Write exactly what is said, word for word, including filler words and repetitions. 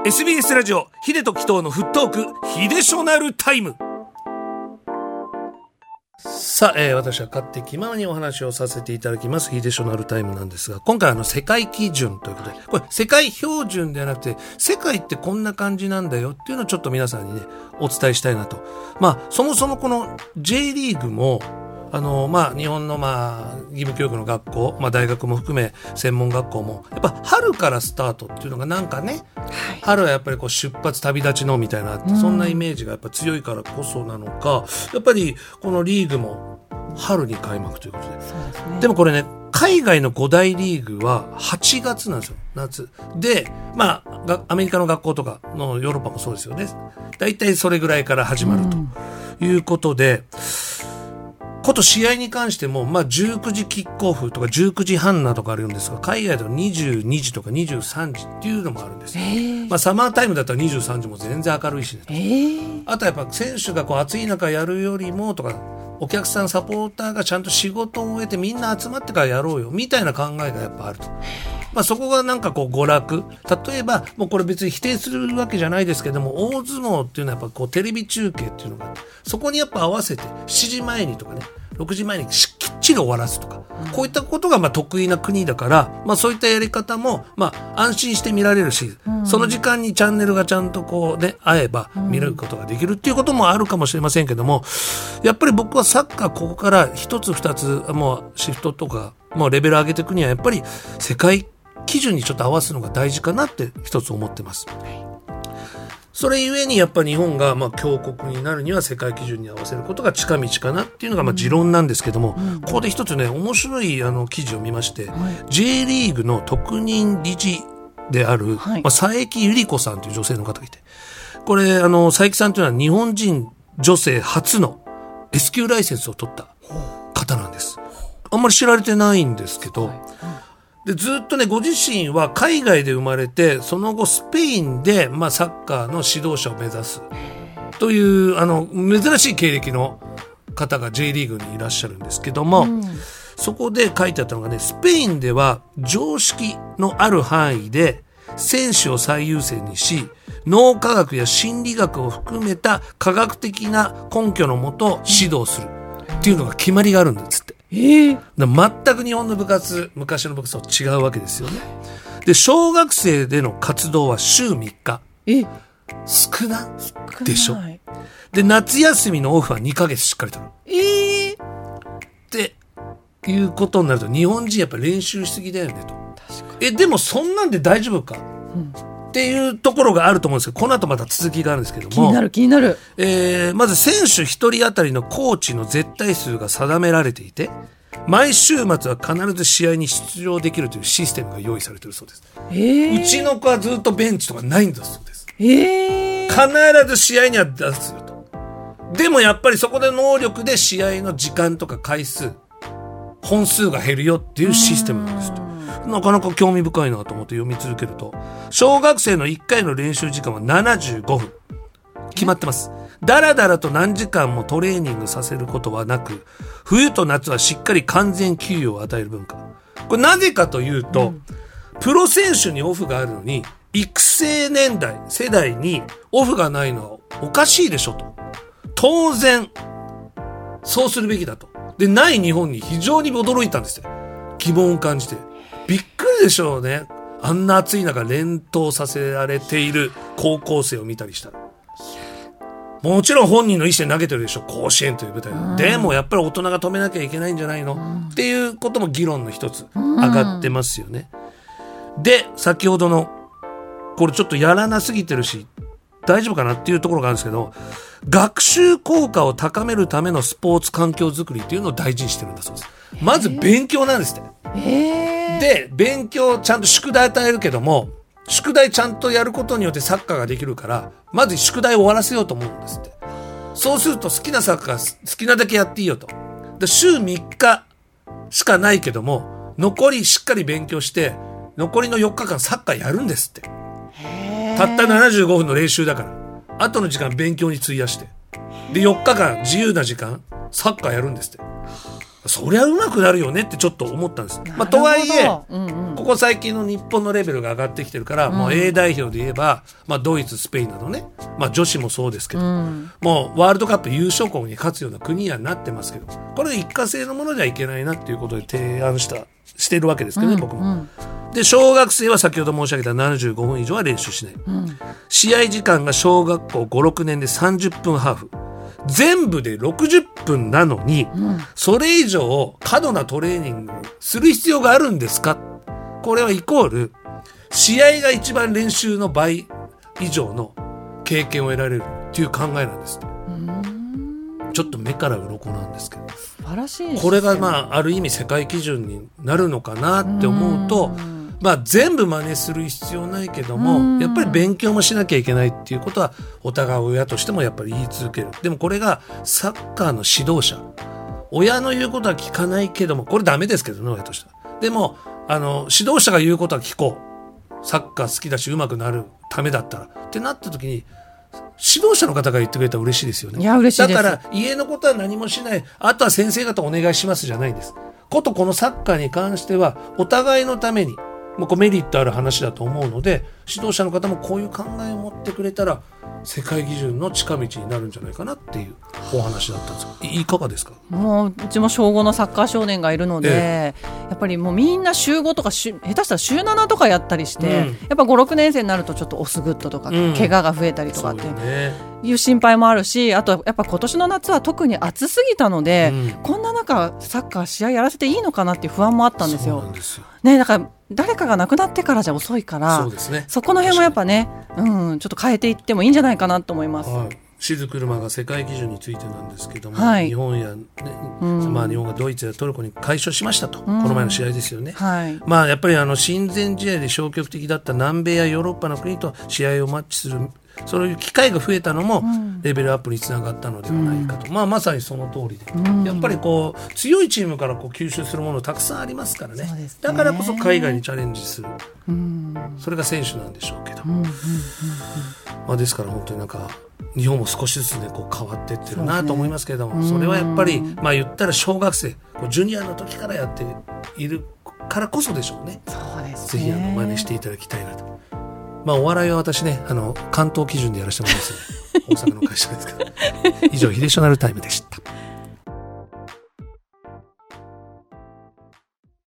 エスビーエス ラジオヒデとキトーのフットークヒデショナルタイム。さあ、えー、私は勝手気ままにお話をさせていただきますヒデショナルタイムなんですが、今回あの世界基準ということで、これ世界標準ではなくて世界ってこんな感じなんだよっていうのをちょっと皆さんにねお伝えしたいなと。まあそもそもこの J リーグもあのまあ日本のまあ義務教育の学校、まあ大学も含め専門学校もやっぱ春からスタートっていうのがなんかね、はい、春はやっぱりこう出発旅立ちのみたいな、うん、そんなイメージがやっぱ強いからこそなのか、やっぱりこのリーグも春に開幕ということ で, そうです、ね、でもこれね海外のご大リーグははちがつなんですよ、夏で。まあアメリカの学校とかのヨーロッパもそうですよね。だいたいそれぐらいから始まるということで、うん、こと試合に関しても、まあ、じゅうくじキックオフとかじゅうくじはんなどがあるんですが、海外だとにじゅうにじとかにじゅうさんじっていうのもあるんですよ、えーまあ、サマータイムだったらにじゅうさんじも全然明るいしね、えー、あとはやっぱ選手がこう暑い中やるよりもとか、お客さんサポーターがちゃんと仕事を終えてみんな集まってからやろうよみたいな考えがやっぱあると。まあ、そこがなんかこう娯楽、例えばもうこれ別に否定するわけじゃないですけども、大相撲っていうのはやっぱこうテレビ中継っていうのがあって、そこにやっぱ合わせてしちじまえにとかねろくじまえにきっちり終わらすとか、うん、こういったことがまあ得意な国だから、まあ、そういったやり方もまあ安心して見られるし、うん、その時間にチャンネルがちゃんとこうね合えば見れることができるっていうこともあるかもしれませんけども、やっぱり僕はサッカーここから一つ二つもうシフトとかもうレベル上げていくにはやっぱり世界基準にちょっと合わすのが大事かなって一つ思ってます。それゆえにやっぱ日本がまあ強国になるには世界基準に合わせることが近道かなっていうのがまあ持論なんですけども、うん、ここで一つね面白いあの記事を見まして、はい、J リーグの特任理事である、はいまあ、佐伯ゆり子さんという女性の方がいて、これあの佐伯さんというのは日本人女性初の エスキュー ライセンスを取った方なんです。あんまり知られてないんですけど、はいでずっとねご自身は海外で生まれて、その後スペインで、まあ、サッカーの指導者を目指すというあの珍しい経歴の方が J リーグにいらっしゃるんですけども、うん、そこで書いてあったのがね、スペインでは常識のある範囲で選手を最優先にし、脳科学や心理学を含めた科学的な根拠のもと指導するっていうのが決まりがあるんですって。えー、全く日本の部活、昔の部活と違うわけですよね。で小学生での活動は週みっか。え少なでしょ。で夏休みのオフはにかげつしっかりとる。えー、っていうことになると、日本人やっぱ練習しすぎだよねと。確かに。えでもそんなんで大丈夫か、うんっていうところがあると思うんですけど、この後また続きがあるんですけども、 気になる気になる、 えー、まず選手ひとり当たりのコーチの絶対数が定められていて、毎週末は必ず試合に出場できるというシステムが用意されているそうです、えー、うちの子はずっとベンチとかないんだそうです、えー、必ず試合には出すよと。でもやっぱりそこで能力で試合の時間とか回数本数が減るよっていうシステムなんですと。なかなか興味深いなと思って読み続けると、小学生のいっかいの練習時間はななじゅうごふん決まってます。だらだらと何時間もトレーニングさせることはなく、冬と夏はしっかり完全休養を与える文化。これなぜかというと、うん、プロ選手にオフがあるのに育成年代世代にオフがないのはおかしいでしょと。当然そうするべきだと。でない日本に非常に驚いたんですよ。疑問を感じてびっくりでしょうね。あんな暑い中連投させられている高校生を見たりしたら、もちろん本人の意思で投げてるでしょ、甲子園という舞台、うん、でもやっぱり大人が止めなきゃいけないんじゃないの、うん、っていうことも議論の一つ上がってますよね、うん、で先ほどのこれちょっとやらなすぎてるし大丈夫かなっていうところがあるんですけど、学習効果を高めるためのスポーツ環境づくりっていうのを大事にしてるんだそうです。まず勉強なんですって、えー、で勉強ちゃんと宿題与えるけども、宿題ちゃんとやることによってサッカーができるから、まず宿題を終わらせようと思うんですって。そうすると好きなサッカー好きなだけやっていいよと。で週みっかしかないけども、残りしっかり勉強して残りのよっかかんサッカーやるんですって。たったななじゅうごふんの練習だから、あとの時間勉強に費やして、でよっかかん自由な時間サッカーやるんですって。そりゃ上手くなるよねってちょっと思ったんです。まあ、とはいえ、うんうん、 ここ最近の日本のレベルが上がってきてるから、うん、もう A 代表で言えば、まあ、ドイツスペインなどね、まあ、女子もそうですけど、うん、もうワールドカップ優勝国に勝つような国にはなってますけど、これ一過性のものではいけないなっていうことで提案したしてるわけですけどね、うん、僕も、うん、で小学生は先ほど申し上げたななじゅうごふん以上は練習しない、うん、試合時間が小学校ご、ろくねんでさんじゅっぷんハーフ、全部でろくじゅっぷんなのに、うん、それ以上過度なトレーニングをする必要があるんですか。これはイコール試合が一番練習の倍以上の経験を得られるっていう考えなんです。うーん、ちょっと目から鱗なんですけど、 素晴らしいですね。 これがまあある意味世界基準になるのかなって思うと、まあ、全部真似する必要ないけども、やっぱり勉強もしなきゃいけないっていうことはお互い親としてもやっぱり言い続ける。でもこれがサッカーの指導者、親の言うことは聞かないけども、これダメですけどね、親としては。でもあの指導者が言うことは聞こう、サッカー好きだし上手くなるためだったらってなった時に、指導者の方が言ってくれたら嬉しいですよね。 いや嬉しいです。 だから家のことは何もしない、あとは先生方お願いしますじゃないんです。ことこのサッカーに関してはお互いのためにもうこうメリットある話だと思うので、指導者の方もこういう考えを持ってくれたら世界基準の近道になるんじゃないかなっていうお話だったんですが、いかがですか。 もううちも小ごのサッカー少年がいるので、ええ、やっぱりもうみんな週ごとか下手したら週ななとかやったりして、うん、やっぱご、ろくねん生になるとちょっとオスグッドとか、うん、怪我が増えたりとかっていう心配もあるし、あとやっぱ今年の夏は特に暑すぎたので、うん、こんな中サッカー試合やらせていいのかなっていう不安もあったんですよ。 そうなんですよ、 ね、だから誰かが亡くなってからじゃ遅いから、 そうですね、 そこの辺もやっぱね、うん、ちょっと変えていってもいいんじゃないかなと思います。 はい、シズ車が世界基準についてなんですけども、 はい、 日本や、ね、うん、まあ、日本がドイツやトルコに快勝しましたと、うん、この前の試合ですよね。 はい、 まあ、やっぱりあの親善試合で消極的だった南米やヨーロッパの国と試合をマッチする、そういう機会が増えたのもレベルアップにつながったのではないかと、うん、まあ、まさにその通りで、うん、やっぱりこう強いチームからこう吸収するものたくさんありますからね。 そうですね。 だからこそ海外にチャレンジする、うん、それが選手なんでしょうけど、うんうんうんうん、まあ、ですから本当になんか日本も少しずつ、ね、こう変わっていってるなと思いますけれども、 そ,、ね、それはやっぱり、まあ、言ったら小学生ジュニアの時からやっているからこそでしょうね。 そうですね。 ぜひあの真似していただきたいなと。まあ、お笑いは私ね、あの関東基準でやらせてもらいますので大阪の会社ですから以上ヒデショナルタイムでした。